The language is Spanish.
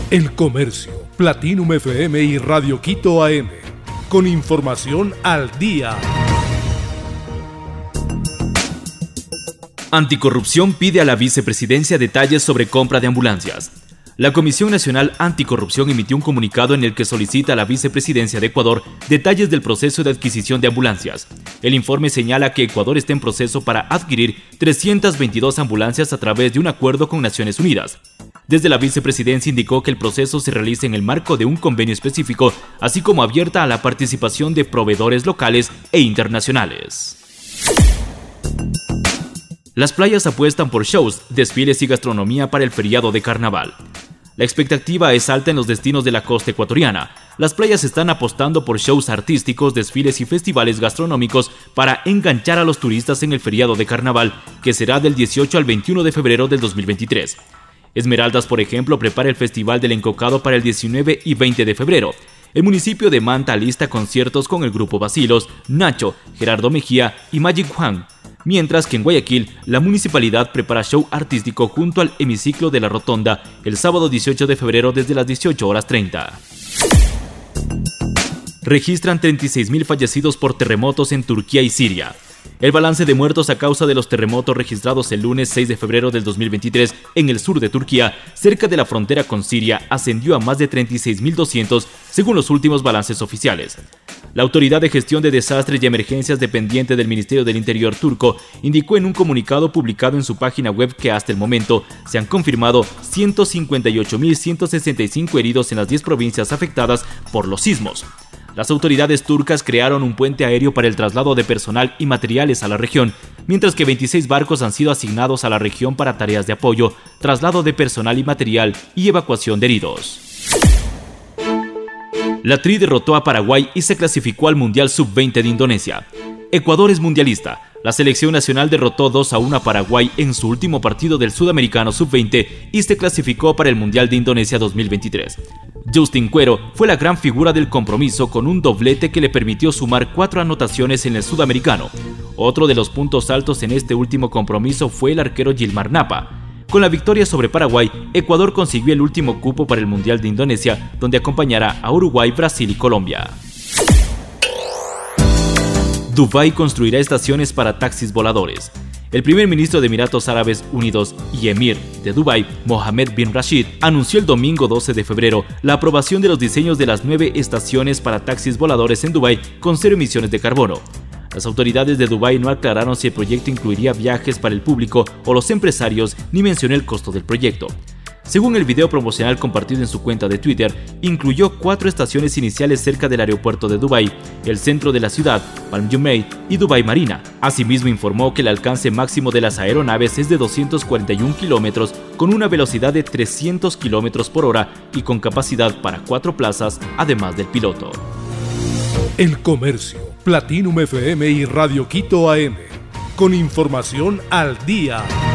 El Comercio, Platinum FM y Radio Quito AM. Con información al día. Anticorrupción pide a la vicepresidencia detalles sobre compra de ambulancias. La Comisión Nacional Anticorrupción emitió un comunicado en el que solicita a la vicepresidencia de Ecuador detalles del proceso de adquisición de ambulancias. El informe señala que Ecuador está en proceso para adquirir 322 ambulancias a través de un acuerdo con Naciones Unidas. Desde la vicepresidencia indicó que el proceso se realiza en el marco de un convenio específico, así como abierta a la participación de proveedores locales e internacionales. Las playas apuestan por shows, desfiles y gastronomía para el feriado de carnaval. La expectativa es alta en los destinos de la costa ecuatoriana. Las playas están apostando por shows artísticos, desfiles y festivales gastronómicos para enganchar a los turistas en el feriado de carnaval, que será del 18 al 21 de febrero del 2023. Esmeraldas, por ejemplo, prepara el Festival del Encocado para el 19 y 20 de febrero. El municipio de Manta alista conciertos con el grupo Bacilos, Nacho, Gerardo Mejía y Magic Juan. Mientras que en Guayaquil, la municipalidad prepara show artístico junto al hemiciclo de la Rotonda el sábado 18 de febrero desde las 18:30. Registran 36.000 fallecidos por terremotos en Turquía y Siria. El balance de muertos a causa de los terremotos registrados el lunes 6 de febrero del 2023 en el sur de Turquía, cerca de la frontera con Siria, ascendió a más de 36.200 según los últimos balances oficiales. La Autoridad de Gestión de Desastres y Emergencias dependiente del Ministerio del Interior turco indicó en un comunicado publicado en su página web que hasta el momento se han confirmado 158.165 heridos en las 10 provincias afectadas por los sismos. Las autoridades turcas crearon un puente aéreo para el traslado de personal y materiales a la región, mientras que 26 barcos han sido asignados a la región para tareas de apoyo, traslado de personal y material y evacuación de heridos. La Tri derrotó a Paraguay y se clasificó al Mundial Sub-20 de Indonesia. Ecuador es mundialista. La selección nacional derrotó 2-1 a Paraguay en su último partido del Sudamericano Sub-20 y se clasificó para el Mundial de Indonesia 2023. Justin Cuero fue la gran figura del compromiso con un doblete que le permitió sumar 4 anotaciones en el Sudamericano. Otro de los puntos altos en este último compromiso fue el arquero Gilmar Napa. Con la victoria sobre Paraguay, Ecuador consiguió el último cupo para el Mundial de Indonesia, donde acompañará a Uruguay, Brasil y Colombia. Dubái construirá estaciones para taxis voladores. El primer ministro de Emiratos Árabes Unidos y emir de Dubái, Mohammed bin Rashid, anunció el domingo 12 de febrero la aprobación de los diseños de las 9 estaciones para taxis voladores en Dubái con 0 emisiones de carbono. Las autoridades de Dubái no aclararon si el proyecto incluiría viajes para el público o los empresarios, ni mencionó el costo del proyecto. Según el video promocional compartido en su cuenta de Twitter, incluyó 4 estaciones iniciales cerca del aeropuerto de Dubái, el centro de la ciudad, Palm Jumeirah y Dubái Marina. Asimismo informó que el alcance máximo de las aeronaves es de 241 kilómetros con una velocidad de 300 kilómetros por hora y con capacidad para 4 plazas, además del piloto. El Comercio, Platinum FM y Radio Quito AM. Con información al día.